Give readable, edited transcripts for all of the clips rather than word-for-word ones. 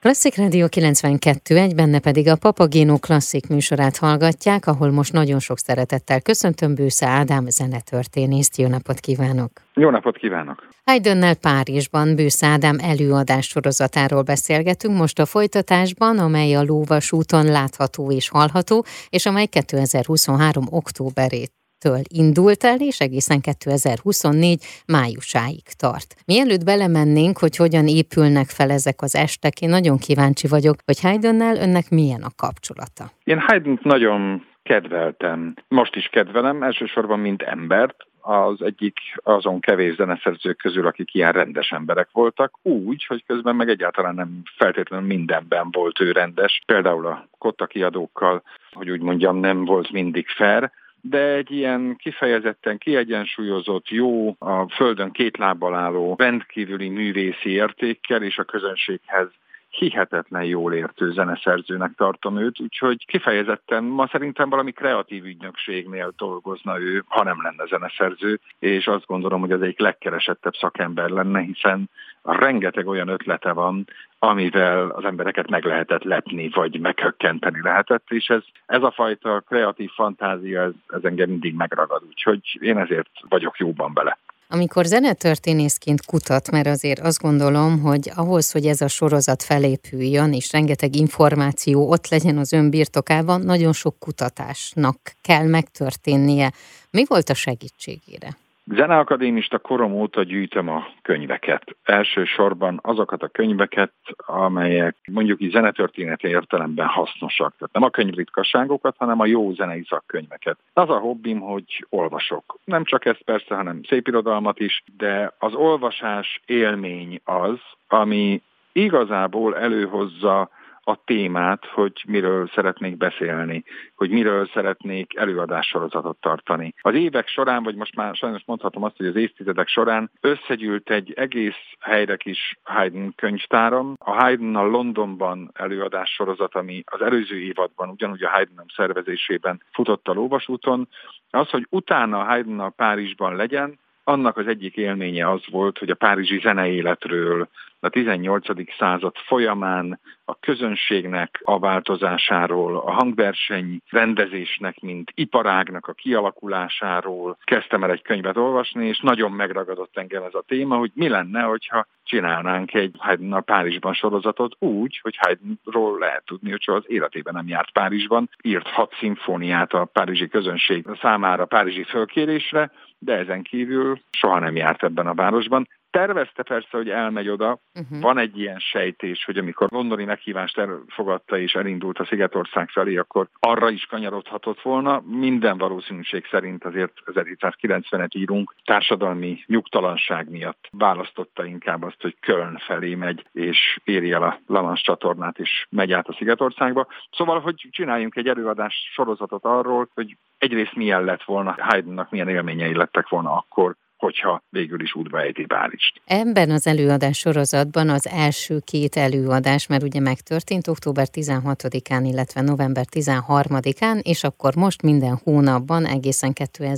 Klasszik Rádió 92.1, benne pedig a Papagéno klasszik műsorát hallgatják, ahol most nagyon sok szeretettel köszöntöm Bősze Ádám zenetörténészt. Jó napot kívánok! Jó napot kívánok! Haydnnel Párizsban Bősze Ádám előadás sorozatáról beszélgetünk most a folytatásban, amely a Lóvas úton látható és hallható, és amely 2023. októberétől indult el, és egészen 2024. májusáig tart. Mielőtt belemennénk, hogy hogyan épülnek fel ezek az estek, én nagyon kíváncsi vagyok, hogy Haydnnel önnek milyen a kapcsolata. Én Haydnt nagyon kedveltem. Most is kedvelem, elsősorban mint embert. Az egyik azon kevés zeneszerzők közül, akik ilyen rendes emberek voltak, úgy, hogy közben meg egyáltalán nem feltétlenül mindenben volt ő rendes. Például a Kotta kiadókkal, hogy úgy mondjam, nem volt mindig fair, de egy ilyen kifejezetten kiegyensúlyozott, jó, a földön két lábbal álló, rendkívüli művészi értékkel és a közönséghez hihetetlen jól értő zeneszerzőnek tartom őt, úgyhogy kifejezetten ma szerintem valami kreatív ügynökségnél dolgozna ő, ha nem lenne zeneszerző, és azt gondolom, hogy az egyik legkeresettebb szakember lenne, hiszen rengeteg olyan ötlete van, amivel az embereket meg lehetett lepni, vagy meghökkenteni lehetett, és ez a fajta kreatív fantázia, ez engem mindig megragad, úgyhogy én ezért vagyok jóban vele. Amikor zenetörténészként kutat, mert azért azt gondolom, hogy ahhoz, hogy ez a sorozat felépüljön, és rengeteg információ ott legyen az ön birtokában, nagyon sok kutatásnak kell megtörténnie. Mi volt a segítségére? Zeneakadémista korom óta gyűjtöm a könyveket. Elsősorban azokat a könyveket, amelyek mondjuk így zenetörténeti értelemben hasznosak. Tehát nem a könyvritkaságokat, hanem a jó zenei szakkönyveket. Az a hobbim, hogy olvasok. Nem csak ezt persze, hanem szépirodalmat is, de az olvasás élmény az, ami igazából előhozza a témát, hogy miről szeretnék beszélni, hogy miről szeretnék előadássorozatot tartani. Az évek során, vagy most már sajnos mondhatom azt, hogy az évtizedek során összegyűlt egy egész helyre kis Haydn könyvtáram. A Haydnnal Londonban előadássorozat, ami az előző évadban ugyanúgy a Haydn szervezésében futott a Lóvas úton, az, hogy utána a Haydnnal Párizsban legyen, annak az egyik élménye az volt, hogy a párizsi zeneéletről, a 18. század folyamán a közönségnek a változásáról, a hangverseny rendezésnek, mint iparágnak a kialakulásáról kezdtem el egy könyvet olvasni, és nagyon megragadott engem ez a téma, hogy mi lenne, hogyha csinálnánk egy Haydnnal Párizsban sorozatot úgy, hogy Haydnról lehet tudni, hogy az életében nem járt Párizsban, írt 6 szimfóniát a párizsi közönség számára párizsi fölkérésre, de ezen kívül soha nem járt ebben a városban. Tervezte persze, hogy elmegy oda. Van egy ilyen sejtés, hogy amikor londoni meghívást elfogadta és elindult a Szigetország felé, akkor arra is kanyarodhatott volna. Minden valószínűség szerint azért 1790-et írunk, társadalmi nyugtalanság miatt választotta inkább azt, hogy Köln felé megy, és éri el a La Manche csatornát, és megy át a Szigetországba. Szóval, hogy csináljunk egy előadás sorozatot arról, hogy egyrészt milyen lett volna, Haydnnak milyen élményei lettek volna akkor, hogyha végül is útba ejti Párizst. Ebben az előadás sorozatban az első 2 előadás, mert ugye megtörtént október 16-án, illetve november 13-án, és akkor most minden hónapban egészen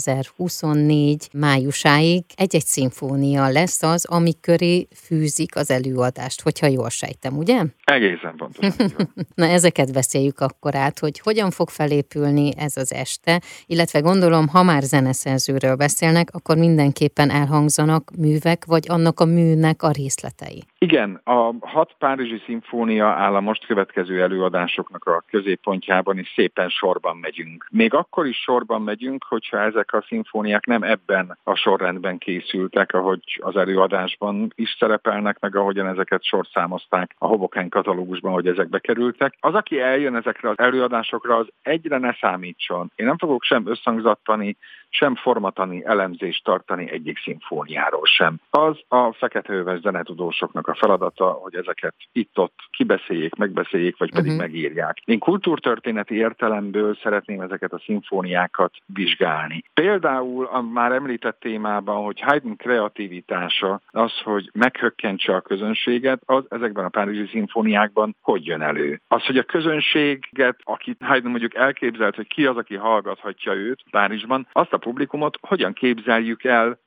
2024 májusáig egy-egy szimfónia lesz az, ami köré fűzik az előadást, hogyha jól sejtem, ugye? Egészen pontosan. Na, ezeket beszéljük akkor át, hogy hogyan fog felépülni ez az este, illetve gondolom, ha már zeneszerzőről beszélnek, akkor mindenképpen elhangzanak művek, vagy annak a műnek a részletei. Igen, a 6 párizsi szimfónia áll a most következő előadásoknak a középpontjában, és szépen sorban megyünk. Még akkor is sorban megyünk, hogyha ezek a szimfóniák nem ebben a sorrendben készültek, ahogy az előadásban is szerepelnek, meg ahogyan ezeket sorszámozták a Hoboken katalógusban, hogy ezek bekerültek. Az, aki eljön ezekre az előadásokra, az egyre ne számítson. Én nem fogok sem összhangzattani, sem formatani elemzést tartani egyik szimfóniáról sem. Az a feketehőves zenetudósoknak a feladata, hogy ezeket itt-ott kibeszéljék, megbeszéljék, vagy pedig megírják. Én kultúrtörténeti értelemből szeretném ezeket a szimfóniákat vizsgálni. Például a már említett témában, hogy Haydn kreativitása az, hogy meghökkentse a közönséget, az ezekben a párizsi szimfóniákban hogy jön elő? Az, hogy a közönséget, akit Haydn mondjuk elképzelt, hogy ki az, aki hallgathatja őt Párizsban, azt a publikumot hogyan képzeljük el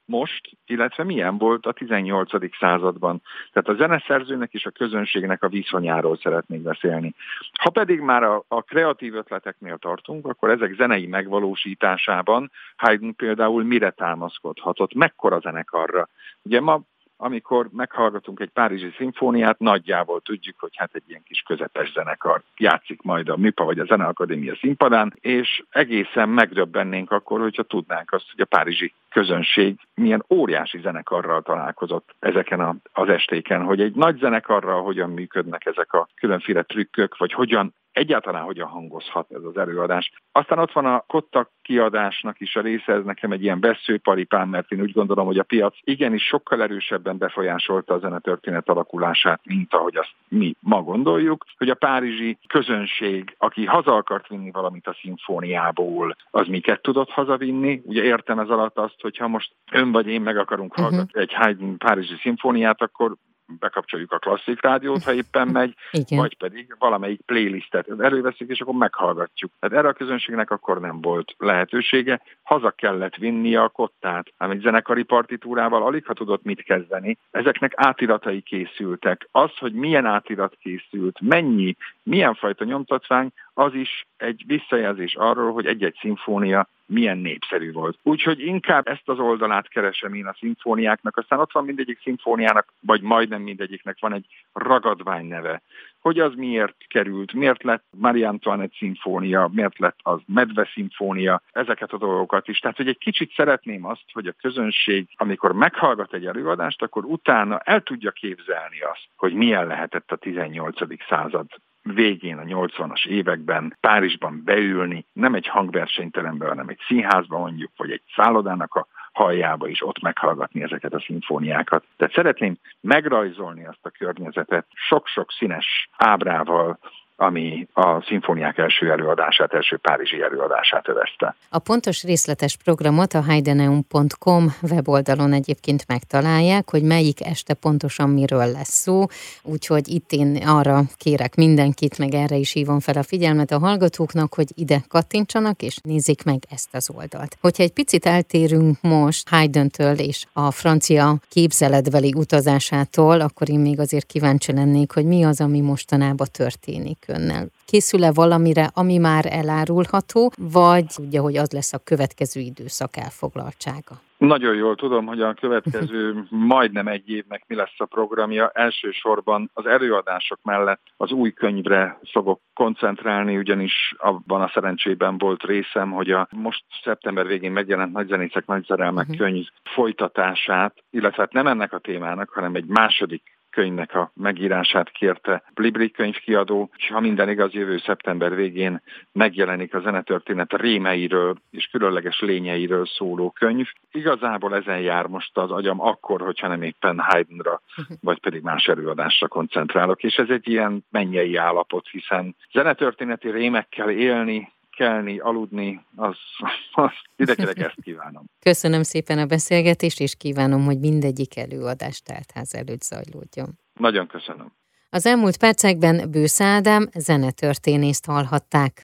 most, illetve milyen volt a 18. században. Tehát a zeneszerzőnek és a közönségnek a viszonyáról szeretnék beszélni. Ha pedig már a kreatív ötleteknél tartunk, akkor ezek zenei megvalósításában Haydn például mire támaszkodhatott, mekkora zenekarra. Ugye ma, amikor meghallgatunk egy párizsi szimfóniát, nagyjából tudjuk, hogy hát egy ilyen kis közepes zenekar játszik majd a MIPA vagy a Zeneakadémia színpadán, és egészen megdöbbennénk akkor, hogyha tudnánk azt, hogy a párizsi közönség milyen óriási zenekarral találkozott ezeken az estéken, hogy egy nagy zenekarral hogyan működnek ezek a különféle trükkök, vagy egyáltalán hogyan hangozhat ez az előadás. Aztán ott van a Kotta kiadásnak is a része, ez nekem egy ilyen veszőparipám, mert én úgy gondolom, hogy a piac igenis sokkal erősebben befolyásolta a zenetörténet alakulását, mint ahogy azt mi ma gondoljuk, hogy a párizsi közönség, aki haza akart vinni valamit a szimfóniából, az miket tudott hazavinni. Ugye értem ez alatt azt, hogyha most ön vagy én meg akarunk hallgatni egy Haydn párizsi szimfóniát, akkor bekapcsoljuk a klasszik rádiót, ha éppen megy, igen, vagy pedig valamelyik playlistet előveszik, és akkor meghallgatjuk. Tehát erre a közönségnek akkor nem volt lehetősége, haza kellett vinnie a Kottát, ám egy zenekari partitúrával alig ha tudott mit kezdeni. Ezeknek átiratai készültek. Az, hogy milyen átirat készült, milyen fajta nyomtatvány, az is egy visszajelzés arról, hogy egy-egy szimfónia milyen népszerű volt. Úgyhogy inkább ezt az oldalát keresem én a szimfóniáknak, aztán ott van mindegyik szimfóniának, vagy majdnem mindegyiknek van egy ragadvány neve. Hogy az miért került, miért lett Marie Antoinette szimfónia, miért lett az Medve szimfónia, ezeket a dolgokat is. Tehát, hogy egy kicsit szeretném azt, hogy a közönség, amikor meghallgat egy előadást, akkor utána el tudja képzelni azt, hogy milyen lehetett a 18. század végén, a 80-as években Párizsban beülni, nem egy hangversenyteremben, hanem egy színházban mondjuk, vagy egy szállodának a halljába is ott meghallgatni ezeket a szimfóniákat. Tehát szeretném megrajzolni azt a környezetet sok-sok színes ábrával, ami a szimfóniák első párizsi előadását övezte. A pontos részletes programot a heideneum.com weboldalon egyébként megtalálják, hogy melyik este pontosan miről lesz szó, úgyhogy itt én arra kérek mindenkit, meg erre is hívom fel a figyelmet a hallgatóknak, hogy ide kattintsanak és nézzék meg ezt az oldalt. Hogyha egy picit eltérünk most Haydntől és a francia képzeletbeli utazásától, akkor én még azért kíváncsi lennék, hogy mi az, ami mostanában történik önnel. Készül-e valamire, ami már elárulható, vagy tudja, hogy az lesz a következő időszak elfoglaltsága? Nagyon jól tudom, hogy a következő majdnem egy évnek mi lesz a programja. Elsősorban az előadások mellett az új könyvre fogok koncentrálni, ugyanis abban a szerencsében volt részem, hogy a most szeptember végén megjelent Nagyzenészek, Nagyszerelmek könyv folytatását, illetve hát nem ennek a témának, hanem egy második könyvnek a megírását kérte Libri könyvkiadó, és ha minden igaz, jövő szeptember végén megjelenik a zenetörténet rémeiről és különleges lényeiről szóló könyv. Igazából ezen jár most az agyam akkor, hogyha nem éppen Haydnra, vagy pedig más előadásra koncentrálok, és ez egy ilyen mennyei állapot, hiszen zenetörténeti rémekkel élni, kelni, aludni, az idekileg ezt kívánom. Köszönöm szépen a beszélgetést, és kívánom, hogy mindegyik előadás teltház előtt zajlódjon. Nagyon köszönöm. Az elmúlt percekben Bősze Ádám zenetörténészt hallhatták.